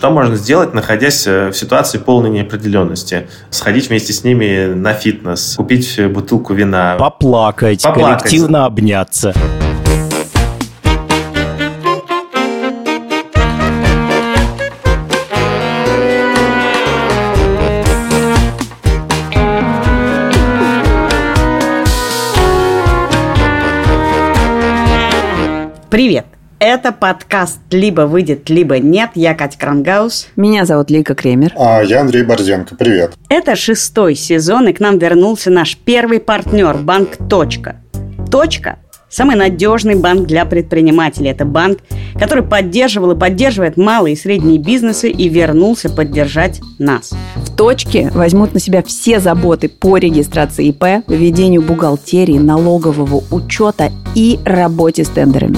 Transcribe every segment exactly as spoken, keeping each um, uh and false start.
что можно сделать, находясь в ситуации полной неопределенности? Сходить вместе с ними на фитнес, купить бутылку вина. Поплакать, Поплакать. коллективно обняться. Привет! Это подкаст «Либо выйдет, либо нет». Я Катя Крангаус. Меня зовут Лика Кремер. А я Андрей Борзенко. Привет. Это шестой сезон, и к нам вернулся наш первый партнер – банк «Точка». «Точка» – самый надежный банк для предпринимателей. Это банк, который поддерживал и поддерживает малые и средние бизнесы и вернулся поддержать нас. В «Точке» возьмут на себя все заботы по регистрации ИП, введению бухгалтерии, налогового учета и работе с тендерами.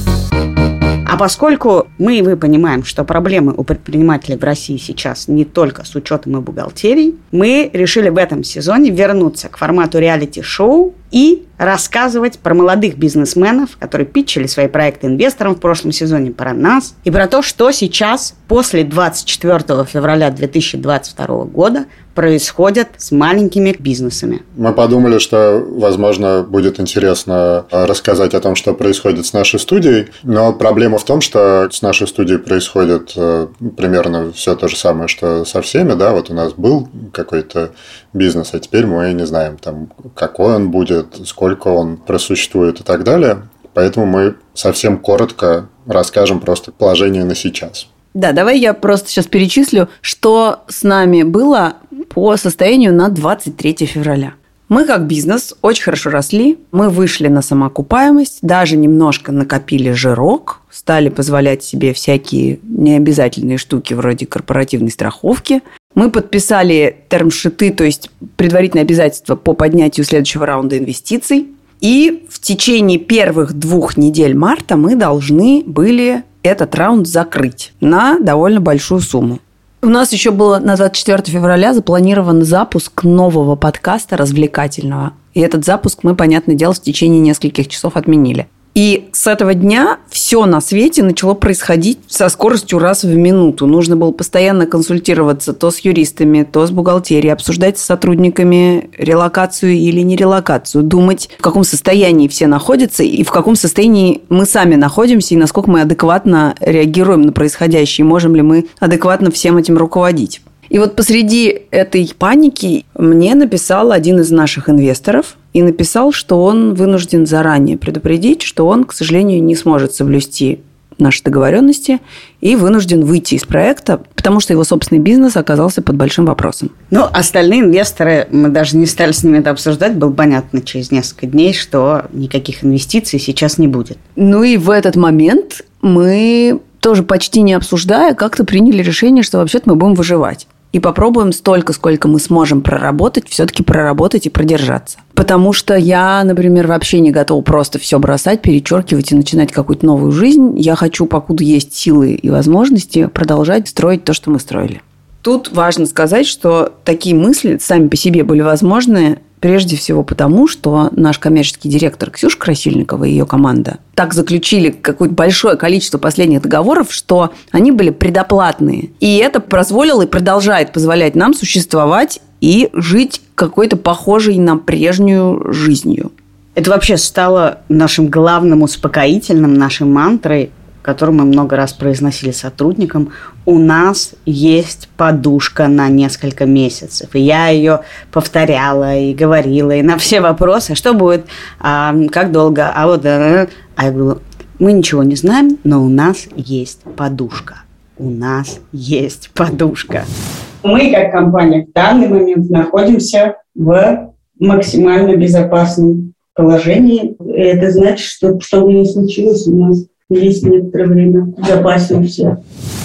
А поскольку мы и вы понимаем, что проблемы у предпринимателей в России сейчас не только с учетом и бухгалтерией, мы решили в этом сезоне вернуться к формату реалити-шоу и рассказывать про молодых бизнесменов, которые питчили свои проекты инвесторам в прошлом сезоне, про нас и про то, что сейчас, после двадцать четвёртого февраля две тысячи двадцать второго года, происходит с маленькими бизнесами. Мы подумали, что, возможно, будет интересно рассказать о том, что происходит с нашей студией, но проблема в том, что с нашей студией происходит примерно все то же самое, что со всеми, да, вот у нас был какой-то бизнес, а теперь мы не знаем, там, какой он будет, сколько он просуществует и так далее, поэтому мы совсем коротко расскажем просто положение на сейчас. Да, давай я просто сейчас перечислю, что с нами было по состоянию на двадцать третьего февраля. Мы как бизнес очень хорошо росли, мы вышли на самоокупаемость, даже немножко накопили жирок, стали позволять себе всякие необязательные штуки вроде корпоративной страховки. Мы подписали термшиты, то есть предварительные обязательства по поднятию следующего раунда инвестиций. И в течение первых двух недель марта мы должны были этот раунд закрыть на довольно большую сумму. У нас еще было на двадцать четвёртого февраля запланирован запуск нового подкаста развлекательного. И этот запуск мы, понятное дело, в течение нескольких часов отменили. И с этого дня все на свете начало происходить со скоростью раз в минуту. Нужно было постоянно консультироваться то с юристами, то с бухгалтерией, обсуждать с сотрудниками релокацию или не релокацию, думать, в каком состоянии все находятся и в каком состоянии мы сами находимся и насколько мы адекватно реагируем на происходящее, можем ли мы адекватно всем этим руководить. И вот посреди этой паники мне написал один из наших инвесторов и написал, что он вынужден заранее предупредить, что он, к сожалению, не сможет соблюсти наши договоренности и вынужден выйти из проекта, потому что его собственный бизнес оказался под большим вопросом. Ну, остальные инвесторы, мы даже не стали с ними это обсуждать, было понятно через несколько дней, что никаких инвестиций сейчас не будет. Ну и в этот момент мы, тоже почти не обсуждая, как-то приняли решение, что вообще-то мы будем выживать. И попробуем столько, сколько мы сможем проработать, все-таки проработать и продержаться. Потому что я, например, вообще не готова просто все бросать, перечеркивать и начинать какую-то новую жизнь. Я хочу, покуда есть силы и возможности, продолжать строить то, что мы строили. Тут важно сказать, что такие мысли сами по себе были возможны прежде всего потому, что наш коммерческий директор Ксюша Красильникова и ее команда так заключили какое-то большое количество последних договоров, что они были предоплатные. И это позволило и продолжает позволять нам существовать и жить какой-то похожей на прежнюю жизнью. Это вообще стало нашим главным успокоительным, нашей мантрой, которую мы много раз произносили сотрудникам. У нас есть подушка на несколько месяцев. И я ее повторяла и говорила. И на все вопросы, что будет, а, как долго, а вот... А я говорю, мы ничего не знаем, но у нас есть подушка. У нас есть подушка. Мы, как компания, в данный момент находимся в максимально безопасном положении. И это значит, что что бы ни случилось, у нас есть некоторое время безопасен все.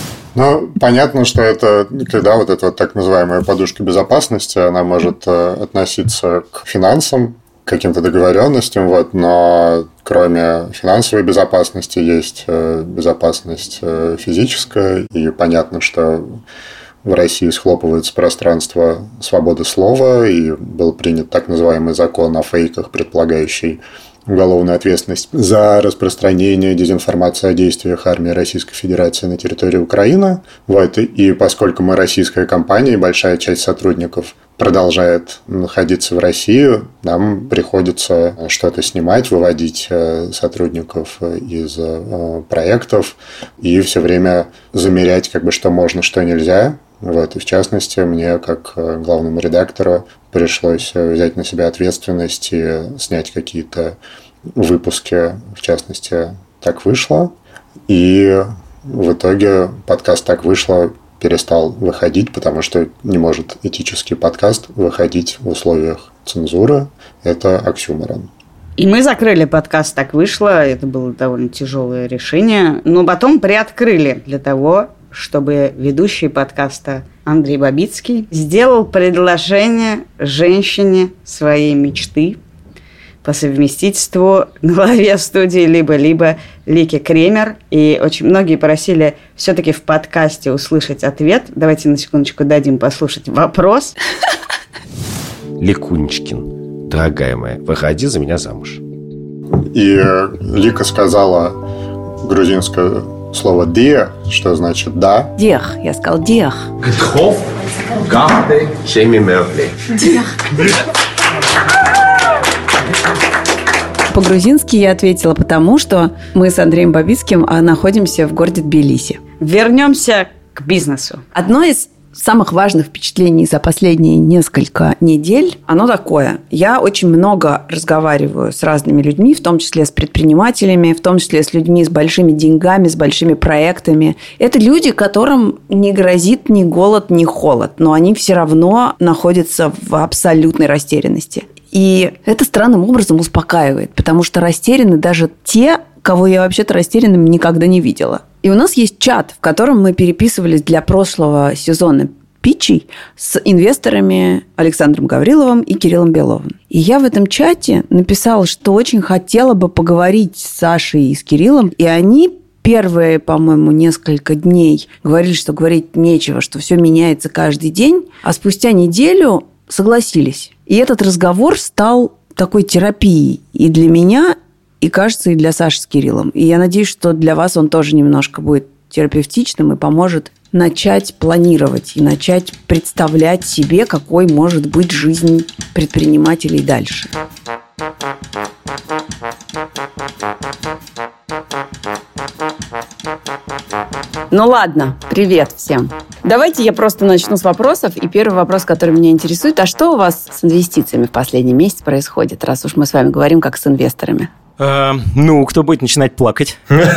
Ну, понятно, что это, когда вот эта вот так называемая подушка безопасности, она может относиться к финансам, к каким-то договоренностям, вот, но кроме финансовой безопасности есть безопасность физическая, и понятно, что в России схлопывается пространство свободы слова, и был принят так называемый закон о фейках, предполагающий уголовную ответственность за распространение дезинформации о действиях армии Российской Федерации на территории Украины. Вот. И поскольку мы российская компания, и большая часть сотрудников продолжает находиться в России, нам приходится что-то снимать, выводить сотрудников из проектов и все время замерять, как бы, что можно, что нельзя. Вот. И в частности, мне, как главному редактору, пришлось взять на себя ответственность и снять какие-то выпуски. В частности, «Так вышло». И в итоге подкаст «Так вышло» перестал выходить, потому что не может этический подкаст выходить в условиях цензуры. Это оксюморон. И мы закрыли подкаст «Так вышло». Это было довольно тяжелое решение. Но потом приоткрыли для того, чтобы ведущий подкаста Андрей Бабицкий сделал предложение женщине своей мечты по совместительству главе студии «Либо-либо» Лике Кремер. И очень многие просили все-таки в подкасте услышать ответ. Давайте на секундочку дадим послушать вопрос. Ликунечкин, дорогая моя, выходи за меня замуж. И Лика сказала грузинское слово «де», что значит «да». Дех, я сказал дех. По-грузински я ответила, потому что мы с Андреем Бабицким находимся в городе Тбилиси. Вернемся к бизнесу. Одно из самых важных впечатлений за последние несколько недель, оно такое. Я очень много разговариваю с разными людьми, в том числе с предпринимателями, в том числе с людьми с большими деньгами, с большими проектами. Это люди, которым не грозит ни голод, ни холод, но они все равно находятся в абсолютной растерянности. И это странным образом успокаивает, потому что растеряны даже те, кого я вообще-то растерянным никогда не видела. И у нас есть чат, в котором мы переписывались для прошлого сезона питчей с инвесторами Александром Гавриловым и Кириллом Беловым. И я в этом чате написала, что очень хотела бы поговорить с Сашей и с Кириллом, и они первые, по-моему, несколько дней говорили, что говорить нечего, что все меняется каждый день, а спустя неделю согласились. И этот разговор стал такой терапией и для меня, и, кажется, и для Саши с Кириллом. И я надеюсь, что для вас он тоже немножко будет терапевтичным и поможет начать планировать и начать представлять себе, какой может быть жизнь предпринимателей дальше. Ну ладно, привет всем. Давайте я просто начну с вопросов. И первый вопрос, который меня интересует, а что у вас с инвестициями в последний месяц происходит, раз уж мы с вами говорим как с инвесторами? Э, ну, кто будет начинать плакать?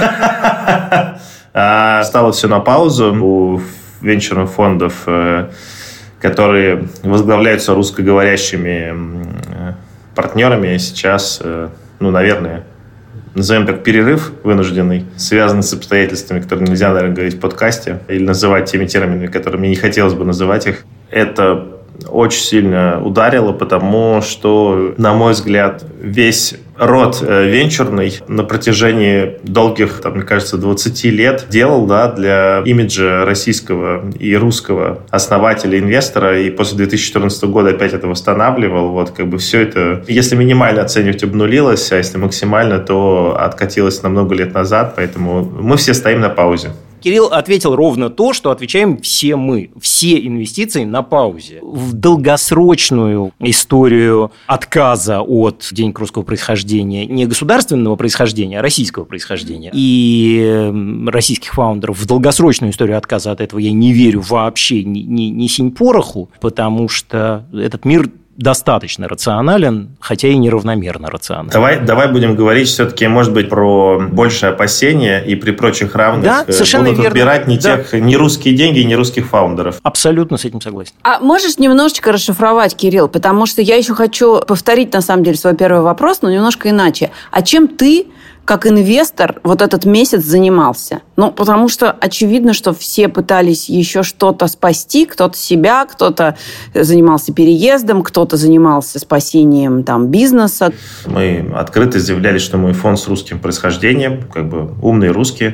Стало все на паузу у венчурных фондов, которые возглавляются русскоговорящими партнерами. Сейчас, ну, наверное, назовем так, перерыв вынужденный, связанный с обстоятельствами, которые нельзя, наверное, говорить в подкасте, или называть теми терминами, которыми мне не хотелось бы называть их. Это очень сильно ударило, потому что, на мой взгляд, весь род венчурный на протяжении долгих, там, мне кажется, двадцати лет делал, да, для имиджа российского и русского основателя, инвестора, и после две тысячи четырнадцатого года опять это восстанавливал. Вот, как бы все это, если минимально оценивать, обнулилось, а если максимально, то откатилось на много лет назад, поэтому мы все стоим на паузе. Кирилл ответил ровно то, что отвечаем все мы. Все инвестиции на паузе. В долгосрочную историю отказа от денег русского происхождения, не государственного происхождения, а российского происхождения, и российских фаундеров, в долгосрочную историю отказа от этого я не верю вообще ни, ни, ни синь пороху, потому что этот мир достаточно рационален, хотя и неравномерно рационален. Давай, давай будем говорить все-таки, может быть, про большее опасение, и при прочих равных да, совершенно будут верно. Отбирать не да. тех, не русские деньги, не русских фаундеров. Абсолютно с этим согласен. А можешь немножечко расшифровать, Кирилл, потому что я еще хочу повторить, на самом деле, свой первый вопрос, но немножко иначе. А чем ты, как инвестор, вот этот месяц занимался? Ну, потому что очевидно, что все пытались еще что-то спасти, кто-то себя, кто-то занимался переездом, кто-то занимался спасением там бизнеса. Мы открыто заявляли, что мы фонд с русским происхождением, как бы умные русские.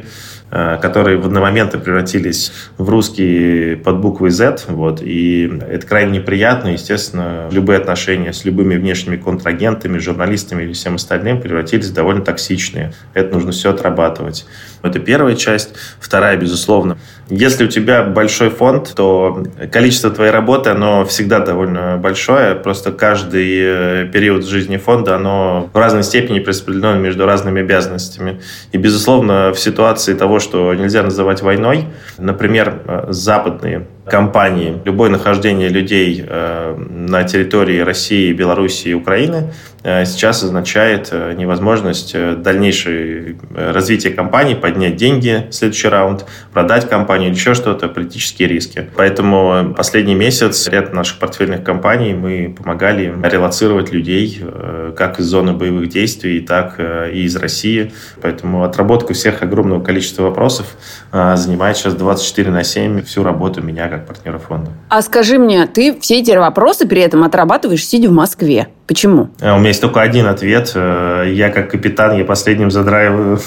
которые в одномоментно превратились в русские под буквой Z. Вот, и это крайне неприятно. Естественно, любые отношения с любыми внешними контрагентами, журналистами или всем остальным превратились в довольно токсичные. Это нужно все отрабатывать. Это первая часть. Вторая, безусловно. Если у тебя большой фонд, то количество твоей работы, оно всегда довольно большое. Просто каждый период жизни фонда, оно в разной степени распределено между разными обязанностями. И, безусловно, в ситуации того, что нельзя называть войной, например, западные компании, любое нахождение людей на территории России, Белоруссии и Украины сейчас означает невозможность дальнейшего развития компании, поднять деньги в следующий раунд, продать компанию или еще что-то, политические риски. Поэтому последний месяц ряд наших портфельных компаний мы помогали релоцировать людей как из зоны боевых действий, так и из России. Поэтому отработка всех огромного количества вопросов занимает сейчас двадцать четыре на семь всю работу меня как партнера фонда. А скажи мне, ты все эти вопросы при этом отрабатываешь, сидя в Москве. Почему? У меня есть только один ответ. Я как капитан, я последним задраиваю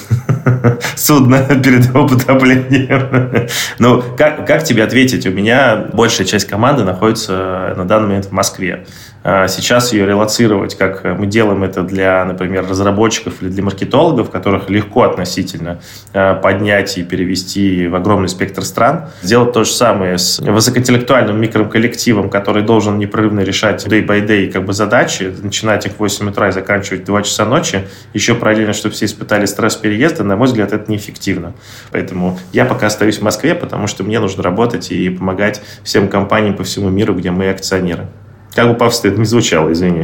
судно перед его потоплением. Ну, как, как тебе ответить? У меня большая часть команды находится на данный момент в Москве. Сейчас ее релоцировать, как мы делаем это для, например, разработчиков или для маркетологов, которых легко относительно поднять и перевести в огромный спектр стран. Сделать то же самое с высокоинтеллектуальным микроколлективом, который должен непрерывно решать day by day как бы задачи, начинать их в восемь утра и заканчивать в два часа ночи, еще параллельно, чтобы все испытали стресс переезда, на мой взгляд, это неэффективно. Поэтому я пока остаюсь в Москве, потому что мне нужно работать и помогать всем компаниям по всему миру, где мы акционеры. Как бы пафосно это не звучало, извини.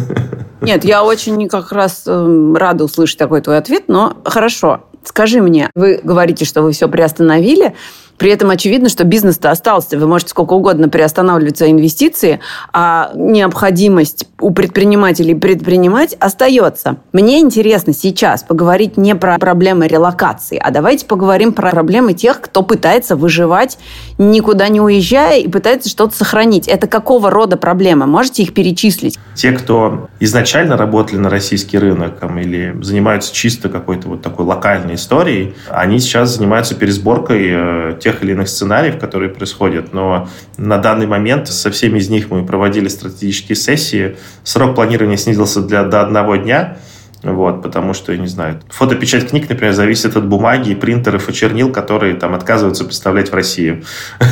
Нет, я очень как раз э, рада услышать такой твой ответ, но хорошо. Скажи мне, вы говорите, что вы все приостановили, при этом очевидно, что бизнес-то остался. Вы можете сколько угодно приостанавливать свои инвестиции, а необходимость у предпринимателей предпринимать остается. Мне интересно сейчас поговорить не про проблемы релокации, а давайте поговорим про проблемы тех, кто пытается выживать, никуда не уезжая, и пытается что-то сохранить. Это какого рода проблемы? Можете их перечислить? Те, кто изначально работали на российский рынок или занимаются чисто какой-то вот такой локальной историей, они сейчас занимаются пересборкой тех или иных сценариев, которые происходят. Но на данный момент со всеми из них мы проводили стратегические сессии. Срок планирования снизился для, до одного дня. Вот, потому что, я не знаю, фотопечать книг, например, зависит от бумаги, принтеров и чернил, которые там отказываются поставлять в Россию.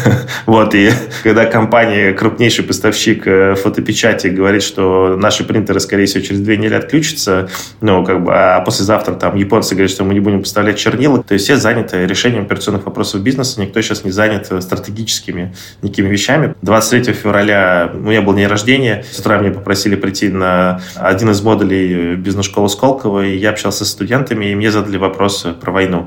Вот, и когда компания, крупнейший поставщик фотопечати, говорит, что наши принтеры, скорее всего, через две недели отключатся, ну, как бы, а послезавтра там японцы говорят, что мы не будем поставлять чернила, то есть все заняты решением операционных вопросов бизнеса, никто сейчас не занят стратегическими никакими вещами. двадцать третьего февраля у меня был день рождения, с утра меня попросили прийти на один из модулей бизнес-школы Сколково, и я общался с студентами, и мне задали вопрос про войну.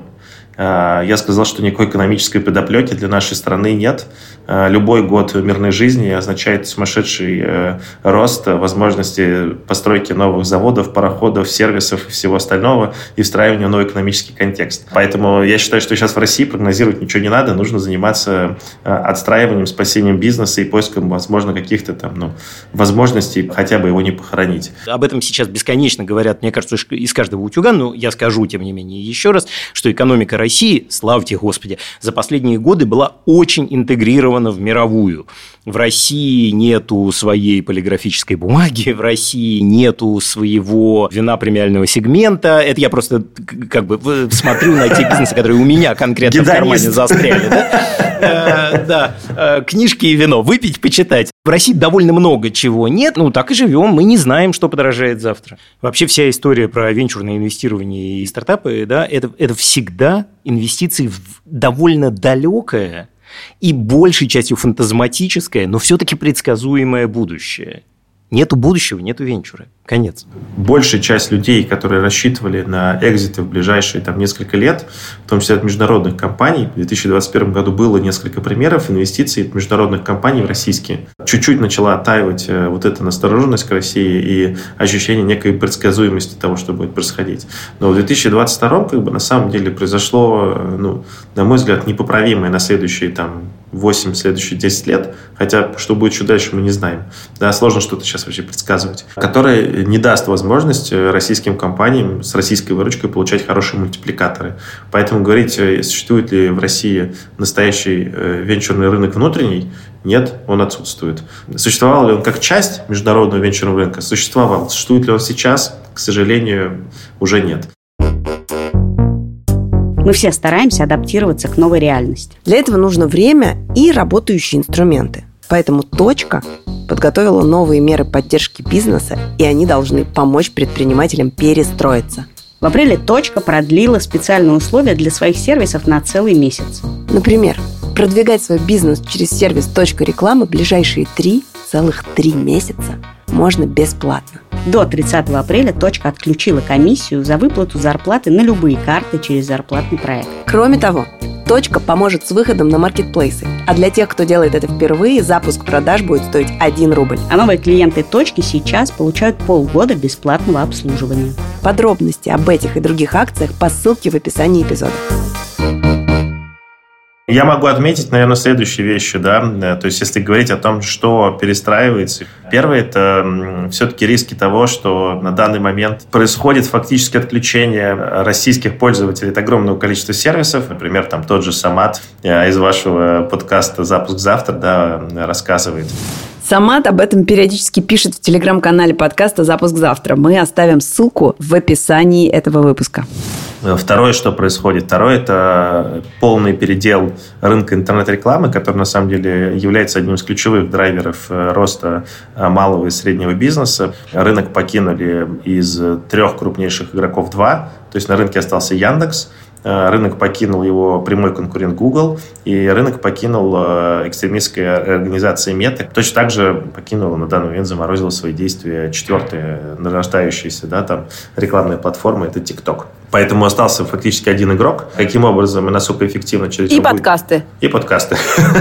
Я сказал, что никакой экономической подоплеки для нашей страны нет. Любой год мирной жизни означает сумасшедший рост возможности постройки новых заводов, пароходов, сервисов и всего остального, и встраивания в новый экономический контекст. Поэтому я считаю, что сейчас в России прогнозировать ничего не надо, нужно заниматься отстраиванием, спасением бизнеса и поиском, возможно, каких-то там, ну, возможностей хотя бы его не похоронить. Об этом сейчас бесконечно говорят, мне кажется, из каждого утюга, но я скажу, тем не менее, еще раз, что экономика России, славьте Господи, за последние годы была очень интегрирована в мировую. В России нету своей полиграфической бумаги, в России нету своего вина премиального сегмента. Это я просто как бы смотрю на те бизнесы, которые у меня конкретно в кармане застряли. Да, книжки и вино. Выпить, почитать. В России довольно много чего нет. Ну, так и живем. Мы не знаем, что подорожает завтра. Вообще вся история про венчурное инвестирование и стартапы, да, это, это всегда инвестиции в довольно далекое и большей частью фантазматическое, но все-таки предсказуемое будущее. Нету будущего, нету венчура. Конец. Большая часть людей, которые рассчитывали на экзиты в ближайшие там, несколько лет, в том числе от международных компаний, в две тысячи двадцать первом году было несколько примеров инвестиций от международных компаний в российские. Чуть-чуть начала оттаивать вот эта настороженность к России и ощущение некой предсказуемости того, что будет происходить. Но в две тысячи двадцать втором как бы, на самом деле произошло, ну, на мой взгляд, непоправимое на следующие там, восемь, следующие десять лет, хотя что будет еще дальше, мы не знаем. Да, сложно что-то сейчас вообще предсказывать. Которая не даст возможность российским компаниям с российской выручкой получать хорошие мультипликаторы. Поэтому говорить, существует ли в России настоящий венчурный рынок внутренний, нет, он отсутствует. Существовал ли он как часть международного венчурного рынка? Существовал. Существует ли он сейчас? К сожалению, уже нет. Мы все стараемся адаптироваться к новой реальности. Для этого нужно время и работающие инструменты. Поэтому «Точка» подготовила новые меры поддержки бизнеса, и они должны помочь предпринимателям перестроиться. В апреле «Точка» продлила специальные условия для своих сервисов на целый месяц. Например, продвигать свой бизнес через сервис «Точка рекламы» ближайшие три целых три месяца можно бесплатно. До тридцатого апреля «Точка» отключила комиссию за выплату зарплаты на любые карты через зарплатный проект. Кроме того, «Точка» поможет с выходом на маркетплейсы. А для тех, кто делает это впервые, запуск продаж будет стоить один рубль. А новые клиенты «Точки» сейчас получают полгода бесплатного обслуживания. Подробности об этих и других акциях по ссылке в описании эпизода. Я могу отметить, наверное, следующие вещи, да, то есть если говорить о том, что перестраивается. Первое – это все-таки риски того, что на данный момент происходит фактически отключение российских пользователей от огромного количества сервисов, например, там тот же Самат из вашего подкаста «Запуск завтра», да, рассказывает. Самат об этом периодически пишет в телеграм-канале подкаста «Запуск завтра». Мы оставим ссылку в описании этого выпуска. Второе, что происходит. Второе, это полный передел рынка интернет-рекламы, который, на самом деле, является одним из ключевых драйверов роста малого и среднего бизнеса. Рынок покинули из трех крупнейших игроков два. То есть на рынке остался Яндекс. Рынок покинул его прямой конкурент Google, и рынок покинул экстремистская организация Мета. Точно так же покинула, на данный момент заморозила свои действия четвертая нарождающаяся, да, там, рекламная платформа, это TikTok. Поэтому остался фактически один игрок. Каким образом и насколько эффективно через И него подкасты. Будет? И подкасты.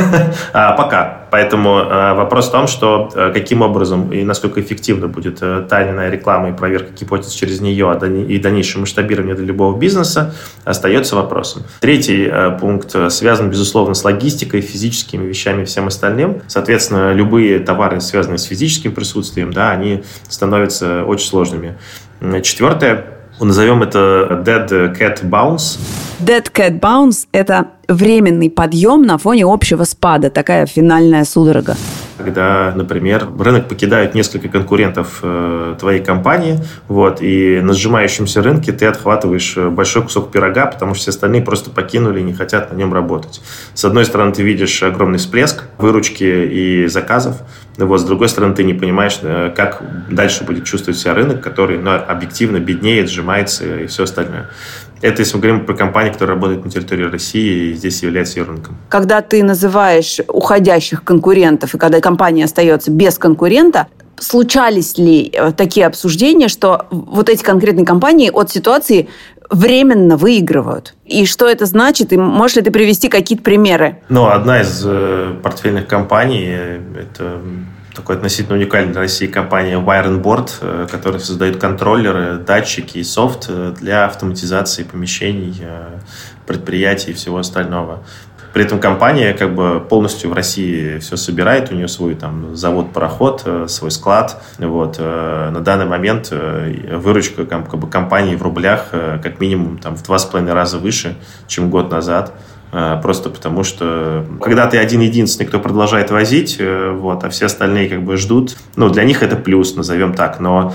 Пока. Поэтому вопрос в том, что каким образом и насколько эффективно будет тайная реклама и проверка гипотез через нее и дальнейшее масштабирование для любого бизнеса, остается вопросом. Третий пункт связан, безусловно, с логистикой, физическими вещами и всем остальным. Соответственно, любые товары, связанные с физическим присутствием, да, они становятся очень сложными. Четвертое. Назовем это Dead Cat Bounce. Dead Cat Bounce – это временный подъем на фоне общего спада, такая финальная судорога. Когда, например, рынок покидают несколько конкурентов э, твоей компании, вот, и на сжимающемся рынке ты отхватываешь большой кусок пирога, потому что все остальные просто покинули и не хотят на нем работать. С одной стороны, ты видишь огромный всплеск выручки и заказов, вот, с другой стороны, ты не понимаешь, как дальше будет чувствовать себя рынок, который, ну, объективно беднеет, сжимается и все остальное. Это если мы говорим про компании, которые работают на территории России и здесь являются ее рынком. Когда ты называешь уходящих конкурентов, и когда компания остается без конкурента, случались ли такие обсуждения, что вот эти конкретные компании от ситуации временно выигрывают? И что это значит? И можешь ли ты привести какие-то примеры? Ну, одна из э, портфельных компаний – это такой относительно уникальной для России компания Wire and Board, э, которая создает контроллеры, датчики и софт для автоматизации помещений, э, предприятий и всего остального. При этом компания как бы полностью в России все собирает, у нее свой там завод-пароход, свой склад. Вот. На данный момент выручка как бы компании в рублях как минимум там, в два с половиной раза выше, чем год назад. Просто потому что когда ты один-единственный, кто продолжает возить, вот, а все остальные как бы ждут, ну, для них это плюс, назовем так. Но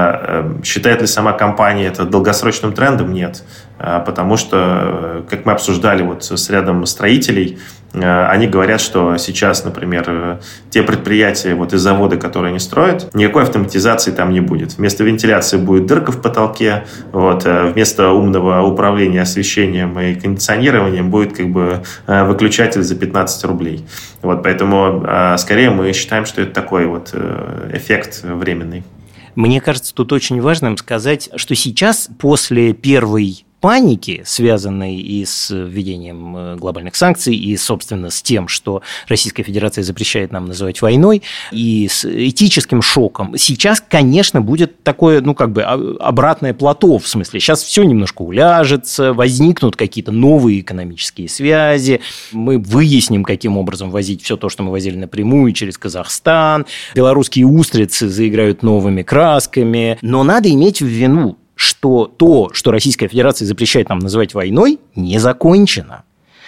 э, считает ли сама компания это долгосрочным трендом? Нет. Потому что, как мы обсуждали вот с рядом строителей, они говорят, что сейчас, например, те предприятия вот из завода, которые они строят, никакой автоматизации там не будет. Вместо вентиляции будет дырка в потолке, вот, вместо умного управления освещением и кондиционированием будет как бы выключатель за пятнадцать рублей. Вот, поэтому скорее мы считаем, что это такой вот эффект временный. Мне кажется, тут очень важным сказать, что сейчас, после первой паники, связанной и с введением глобальных санкций, и, собственно, с тем, что Российская Федерация запрещает нам называть войной, и с этическим шоком, сейчас, конечно, будет такое, ну, как бы обратное плато, в смысле, сейчас все немножко уляжется, возникнут какие-то новые экономические связи, мы выясним, каким образом возить все то, что мы возили напрямую через Казахстан, белорусские устрицы заиграют новыми красками, но надо иметь в виду, что то, что Российская Федерация запрещает нам называть войной, не закончено.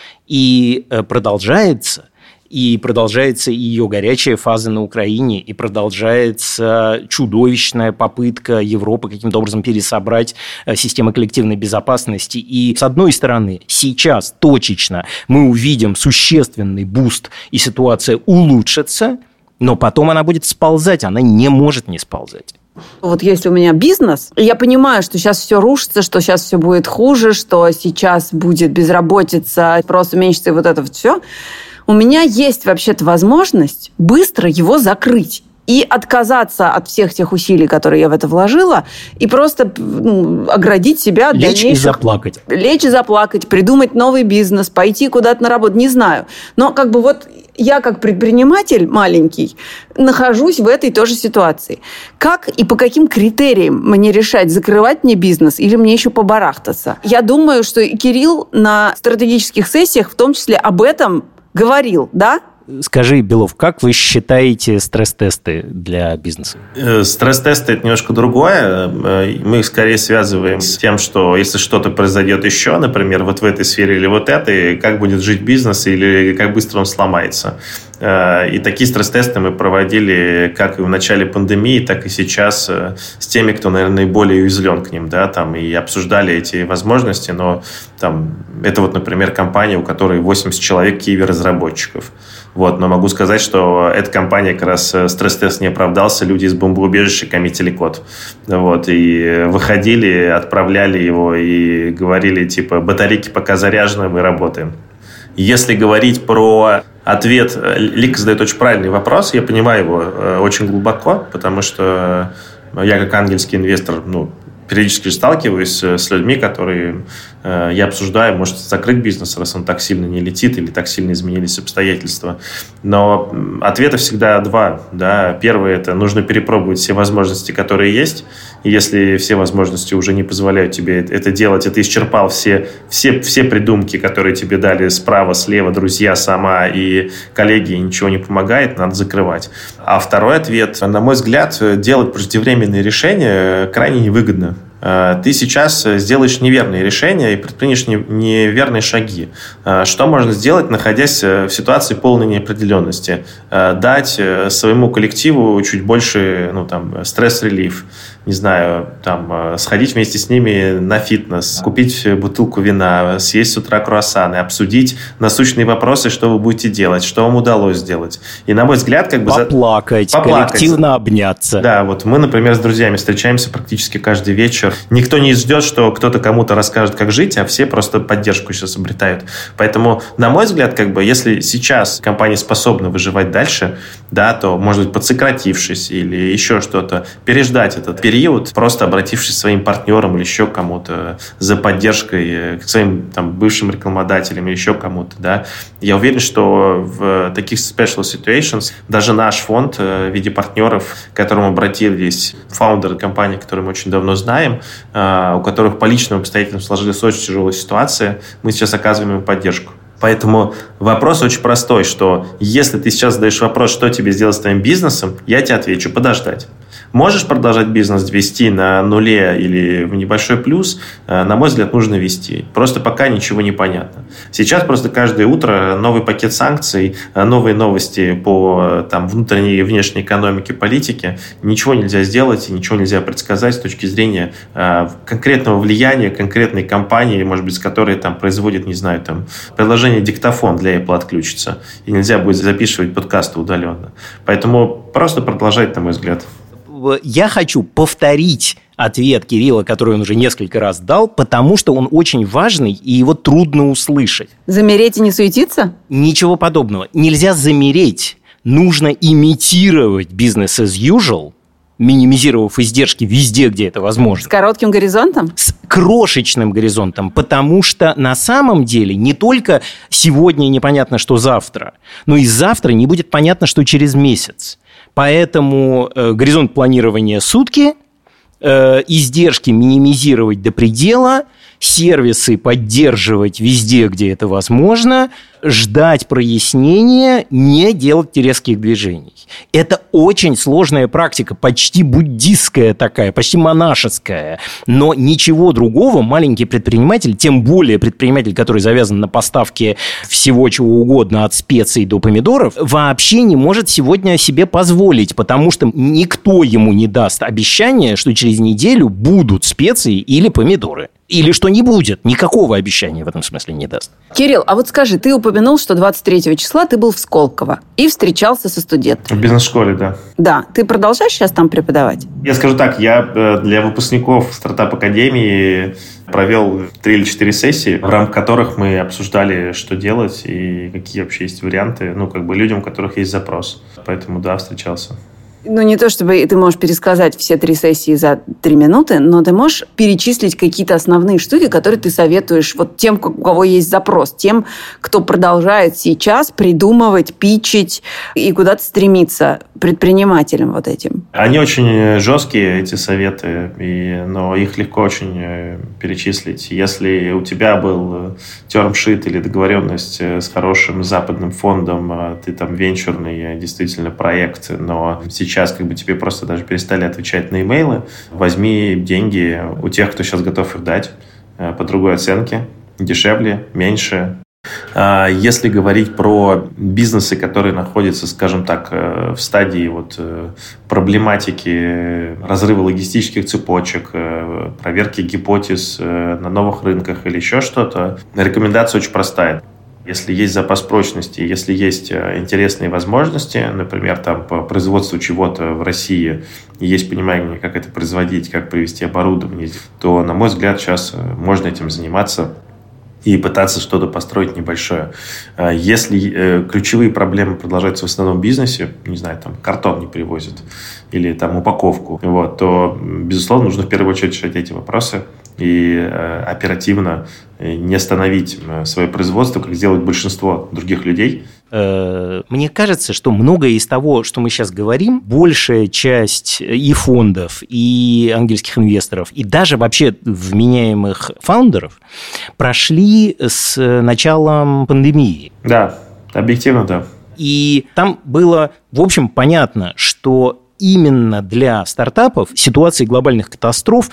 И продолжается, и продолжается ее горячая фаза на Украине, и продолжается чудовищная попытка Европы каким-то образом пересобрать системы коллективной безопасности. И, с одной стороны, сейчас точечно мы увидим существенный буст, и ситуация улучшится, но потом она будет сползать, она не может не сползать. Вот если у меня бизнес, я понимаю, что сейчас все рушится, что сейчас все будет хуже, что сейчас будет безработица, просто уменьшится и вот это вот все, у меня есть вообще-то возможность быстро его закрыть и отказаться от всех тех усилий, которые я в это вложила, и просто ну, оградить себя от дальнейших... Лечь и заплакать. Лечь и заплакать, придумать новый бизнес, пойти куда-то на работу, не знаю. Но как бы вот я как предприниматель маленький нахожусь в этой тоже ситуации. Как и по каким критериям мне решать, закрывать мне бизнес или мне еще побарахтаться? Я думаю, что Кирилл на стратегических сессиях в том числе об этом говорил, да? Скажи, Белов, как вы считаете стресс-тесты для бизнеса? Стресс-тесты – это немножко другое. Мы их скорее связываем с тем, что если что-то произойдет еще, например, вот в этой сфере или вот этой, как будет жить бизнес или как быстро он сломается. И такие стресс-тесты мы проводили как и в начале пандемии, так и сейчас с теми, кто, наверное, наиболее уязвлен к ним, да, там, и обсуждали эти возможности, но там, это вот, например, компания, у которой восемьдесят человек в Киеве разработчиков. Вот, но могу сказать, что эта компания как раз стресс-тест не оправдался, люди из бомбоубежища коммитили код. Вот, и выходили, отправляли его и говорили, типа, батарейки пока заряжены, мы работаем. Если говорить про ответ, Лика задает очень правильный вопрос, я понимаю его очень глубоко, потому что я как ангельский инвестор, ну, периодически сталкиваюсь с людьми, которые э, я обсуждаю, может закрыть бизнес, раз он так сильно не летит или так сильно изменились обстоятельства. Но ответа всегда два. Да. Первый – это нужно перепробовать все возможности, которые есть. И если все возможности уже не позволяют тебе это делать, и ты исчерпал все, все, все придумки, которые тебе дали справа, слева, друзья, сама и коллеги, и ничего не помогает, надо закрывать. А второй ответ, на мой взгляд, делать преждевременные решения крайне невыгодно. Ты сейчас сделаешь неверные решения и предпримешь неверные шаги. Что можно сделать, находясь в ситуации полной неопределенности? Дать своему коллективу чуть больше, ну, там, стресс-релиф. Не знаю, там, сходить вместе с ними на фитнес, купить бутылку вина, съесть с утра круассаны, обсудить насущные вопросы, что вы будете делать, что вам удалось сделать. И, на мой взгляд, как бы... Поплакать, поплакать. Коллективно обняться. Да, вот мы, например, с друзьями встречаемся практически каждый вечер. Никто не ждет, что кто-то кому-то расскажет, как жить, а все просто поддержку сейчас обретают. Поэтому, на мой взгляд, как бы, если сейчас компания способна выживать дальше, да, то, может быть, подсократившись или еще что-то, переждать этот период, период, просто обратившись к своим партнерам или еще кому-то за поддержкой, к своим там, бывшим рекламодателям или еще кому-то, да, я уверен, что в таких special situations даже наш фонд в виде партнеров, к которым обратились фаундеры компании, которые мы очень давно знаем, у которых по личным обстоятельствам сложилась очень тяжелая ситуация, мы сейчас оказываем им поддержку. Поэтому вопрос очень простой, что если ты сейчас задаешь вопрос, что тебе сделать с твоим бизнесом, я тебе отвечу: подождать. Можешь продолжать бизнес вести на нуле или в небольшой плюс, на мой взгляд, нужно вести. Просто пока ничего не понятно. Сейчас просто каждое утро новый пакет санкций, новые новости по там, внутренней и внешней экономике, политике. Ничего нельзя сделать и ничего нельзя предсказать с точки зрения э, конкретного влияния конкретной компании, может быть, с которой там, производит, не знаю, там, приложение диктофон для Apple отключится. И нельзя будет записывать подкасты удаленно. Поэтому просто продолжать, на мой взгляд. Я хочу повторить ответ Кирилла, который он уже несколько раз дал, потому что он очень важный, и его трудно услышать. Замереть и не суетиться? Ничего подобного. Нельзя замереть. Нужно имитировать business as usual, минимизировав издержки везде, где это возможно. С коротким горизонтом? С крошечным горизонтом, потому что на самом деле не только сегодня непонятно, что завтра, но и завтра не будет понятно, что через месяц. Поэтому э, горизонт планирования сутки, э, издержки минимизировать до предела, сервисы поддерживать везде, где это возможно, ждать прояснения, не делать резких движений. Это очень сложная практика, почти буддистская такая, почти монашеская. Но ничего другого маленький предприниматель, тем более предприниматель, который завязан на поставке всего чего угодно, от специй до помидоров, вообще не может сегодня себе позволить, потому что никто ему не даст обещания, что через неделю будут специи или помидоры. Или что не будет. Никакого обещания в этом смысле не даст. Кирилл, а вот скажи, ты упомянул, что двадцать третьего числа ты был в Сколково и встречался со студентами. В бизнес-школе, да. Да. Ты продолжаешь сейчас там преподавать? Я скажу так, я для выпускников стартап-академии провел три или четыре сессии, в рамках которых мы обсуждали, что делать и какие вообще есть варианты, ну, как бы людям, у которых есть запрос. Поэтому, да, встречался. Ну, не то чтобы ты можешь пересказать все три сессии за три минуты, но ты можешь перечислить какие-то основные штуки, которые ты советуешь вот тем, у кого есть запрос, тем, кто продолжает сейчас придумывать, питчить и куда-то стремиться, предпринимателям вот этим. Они очень жесткие, эти советы, и, но их легко очень перечислить. Если у тебя был термшит или договоренность с хорошим западным фондом, ты там венчурный действительно проект, но сейчас Сейчас как бы тебе просто даже перестали отвечать на имейлы. Возьми деньги у тех, кто сейчас готов их дать по другой оценке, дешевле, меньше. Если говорить про бизнесы, которые находятся, скажем так, в стадии вот проблематики разрыва логистических цепочек, проверки гипотез на новых рынках или еще что-то, рекомендация очень простая. Если есть запас прочности, если есть интересные возможности, например, там, по производству чего-то в России, и есть понимание, как это производить, как привести оборудование, то, на мой взгляд, сейчас можно этим заниматься и пытаться что-то построить небольшое. Если ключевые проблемы продолжаются в основном бизнесе, не знаю, там картон не привозят или там упаковку, вот, то, безусловно, нужно в первую очередь решать эти вопросы и э, оперативно не остановить свое производство, как сделают большинство других людей. Мне кажется, что многое из того, что мы сейчас говорим, большая часть и фондов, и ангельских инвесторов, и даже вообще вменяемых фаундеров прошли с началом пандемии. Да, объективно, да. И там было, в общем, понятно, что именно для стартапов ситуации глобальных катастроф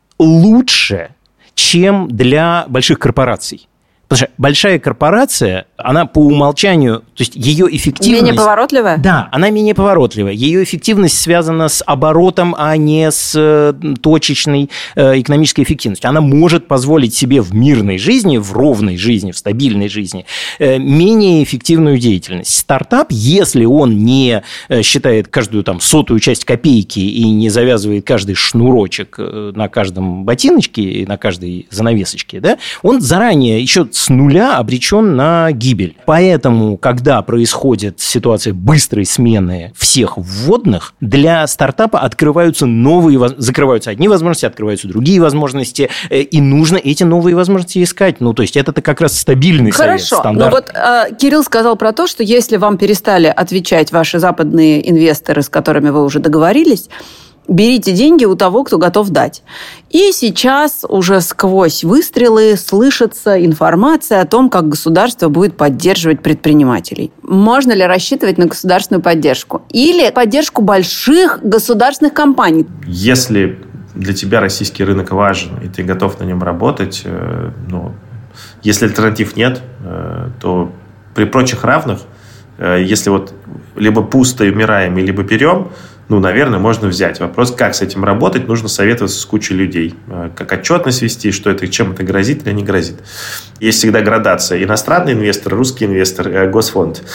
лучше, чем для больших корпораций. Потому что большая корпорация, она по умолчанию, то есть ее эффективность... Менее поворотливая? Да, она менее поворотливая. Ее эффективность связана с оборотом, а не с точечной экономической эффективностью. Она может позволить себе в мирной жизни, в ровной жизни, в стабильной жизни менее эффективную деятельность. Стартап, если он не считает каждую там сотую часть копейки и не завязывает каждый шнурочек на каждом ботиночке и на каждой занавесочке, да, он заранее еще с нуля обречен на гибель. Поэтому, когда происходит ситуация быстрой смены всех вводных, для стартапа открываются новые, закрываются одни возможности, открываются другие возможности, и нужно эти новые возможности искать. Ну, то есть, это как раз стабильный совет, стандарт. Хорошо, но вот э, Кирилл сказал про то, что если вам перестали отвечать ваши западные инвесторы, с которыми вы уже договорились, берите деньги у того, кто готов дать. И сейчас уже сквозь выстрелы слышится информация о том, как государство будет поддерживать предпринимателей. Можно ли рассчитывать на государственную поддержку? Или поддержку больших государственных компаний? Если для тебя российский рынок важен, и ты готов на нем работать, ну, если альтернатив нет, то при прочих равных, если вот либо пусто и умираем, либо берем, ну, наверное, можно взять. Вопрос, как с этим работать, нужно советоваться с кучей людей. Как отчетность вести, что это, чем это грозит или не грозит. Есть всегда градация. Иностранный инвестор, русский инвестор, госфонд.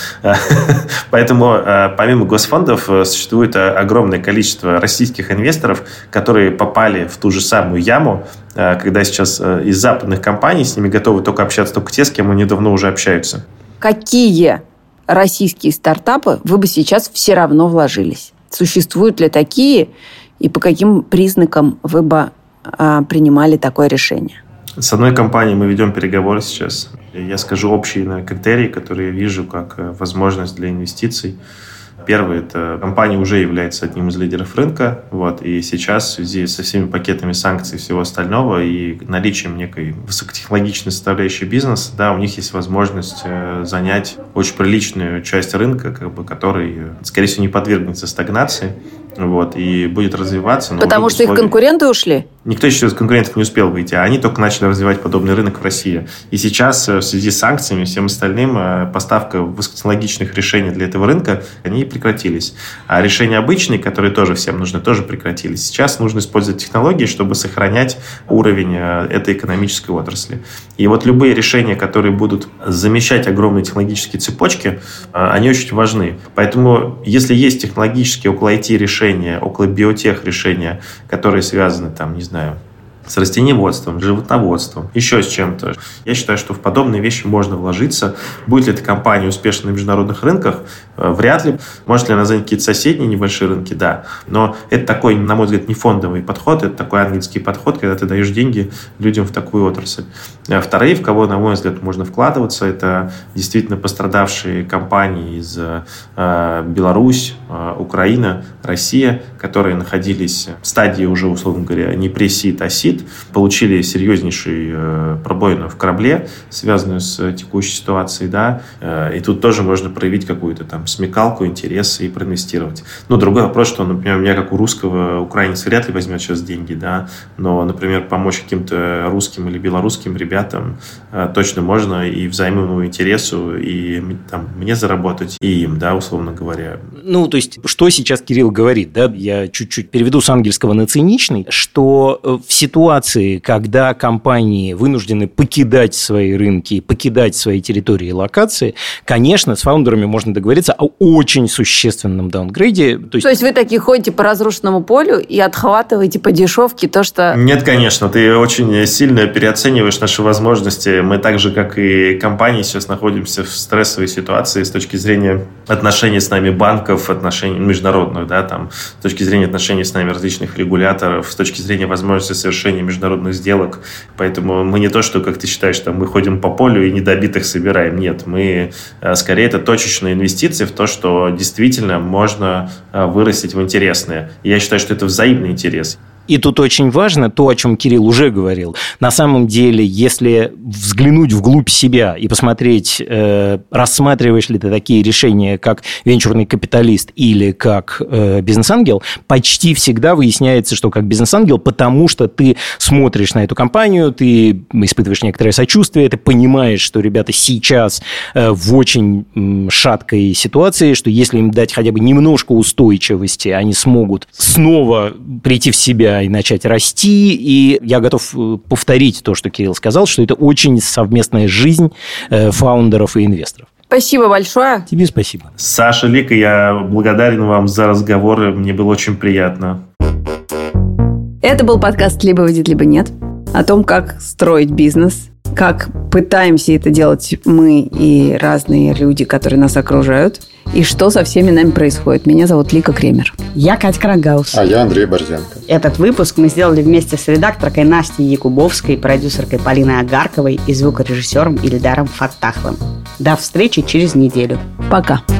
Поэтому помимо госфондов существует огромное количество российских инвесторов, которые попали в ту же самую яму, когда сейчас из западных компаний с ними готовы только общаться только те, с кем они давно уже общаются. Какие российские стартапы вы бы сейчас все равно вложились? Существуют ли такие? И по каким признакам вы бы а, принимали такое решение? С одной компанией мы ведем переговоры сейчас. Я скажу общие критерии, которые я вижу как возможность для инвестиций. Первый – это компания уже является одним из лидеров рынка. Вот, и сейчас в связи со всеми пакетами санкций и всего остального и наличием некой высокотехнологичной составляющей бизнеса, да, у них есть возможность занять очень приличную часть рынка, как бы, который, скорее всего, не подвергнется стагнации. Вот, и будет развиваться. Но Потому что условиях... их конкуренты ушли? Никто еще из конкурентов не успел выйти, а они только начали развивать подобный рынок в России. И сейчас в связи с санкциями и всем остальным поставка высокотехнологичных решений для этого рынка, они прекратились. А решения обычные, которые тоже всем нужны, тоже прекратились. Сейчас нужно использовать технологии, чтобы сохранять уровень этой экономической отрасли. И вот любые решения, которые будут замещать огромные технологические цепочки, они очень важны. Поэтому если есть технологические около ай ти решения, около биотех решения, которые связаны, там, не знаю, с растениеводством, животноводством, еще с чем-то. Я считаю, что в подобные вещи можно вложиться. Будет ли эта компания успешна на международных рынках? Вряд ли. Может ли она занять какие-то соседние небольшие рынки? Да. Но это такой, на мой взгляд, не фондовый подход, это такой ангельский подход, когда ты даешь деньги людям в такую отрасль. Вторые, в кого, на мой взгляд, можно вкладываться, это действительно пострадавшие компании из э, Беларусь, э, Украина, Россия, которые находились в стадии уже, условно говоря, не пресид, а сид, получили серьезнейшую э, пробоину в корабле, связанную с текущей ситуацией, да, э, и тут тоже можно проявить какую-то там смекалку, интерес и проинвестировать. Ну, другой вопрос, что, например, у меня, как у русского, украинец вряд ли возьмет сейчас деньги, да, но, например, помочь каким-то русским или белорусским ребятам э, точно можно и взаимному интересу, и там мне заработать, и им, да, условно говоря. Ну, то есть, что сейчас Кирилл говорит, да, я чуть-чуть переведу с ангельского на циничный, что в ситуации, когда компании вынуждены покидать свои рынки, покидать свои территории и локации, конечно, с фаундерами можно договориться о очень существенном даунгрейде. То есть, то есть вы такие ходите по разрушенному полю и отхватываете по дешевке то, что... Нет, конечно, ты очень сильно переоцениваешь наши возможности. Мы так же, как и компании, сейчас находимся в стрессовой ситуации с точки зрения отношений с нами банков, отношений международных, да, там, с точки зрения отношений с нами различных регуляторов, с точки зрения возможности совершения международных сделок. Поэтому мы не то, что, как ты считаешь, там, мы ходим по полю и недобитых собираем. Нет, мы скорее это точечные инвестиции в то, что действительно можно вырастить в интересное. И я считаю, что это взаимный интерес. И тут очень важно то, о чем Кирилл уже говорил. На самом деле, если взглянуть вглубь себя и посмотреть, э, рассматриваешь ли ты такие решения, как венчурный капиталист или как э, бизнес-ангел, почти всегда выясняется, что как бизнес-ангел, потому что ты смотришь на эту компанию, ты испытываешь некоторое сочувствие, ты понимаешь, что ребята сейчас э, в очень м, шаткой ситуации, что если им дать хотя бы немножко устойчивости, они смогут снова прийти в себя и начать расти. И я готов повторить то, что Кирилл сказал, что это очень совместная жизнь фаундеров и инвесторов. Спасибо большое. Тебе спасибо. Саша, Лика, я благодарен вам за разговоры. Мне было очень приятно. Это был подкаст «Либо выйдет, либо нет». О том, как строить бизнес, как пытаемся это делать мы и разные люди, которые нас окружают, и что со всеми нами происходит. Меня зовут Лика Кремер. Я Катя Крагаус. А я Андрей Борзенко. Этот выпуск мы сделали вместе с редакторкой Настей Якубовской, продюсеркой Полиной Агарковой и звукорежиссером Ильдаром Фаттаховым. До встречи через неделю. Пока.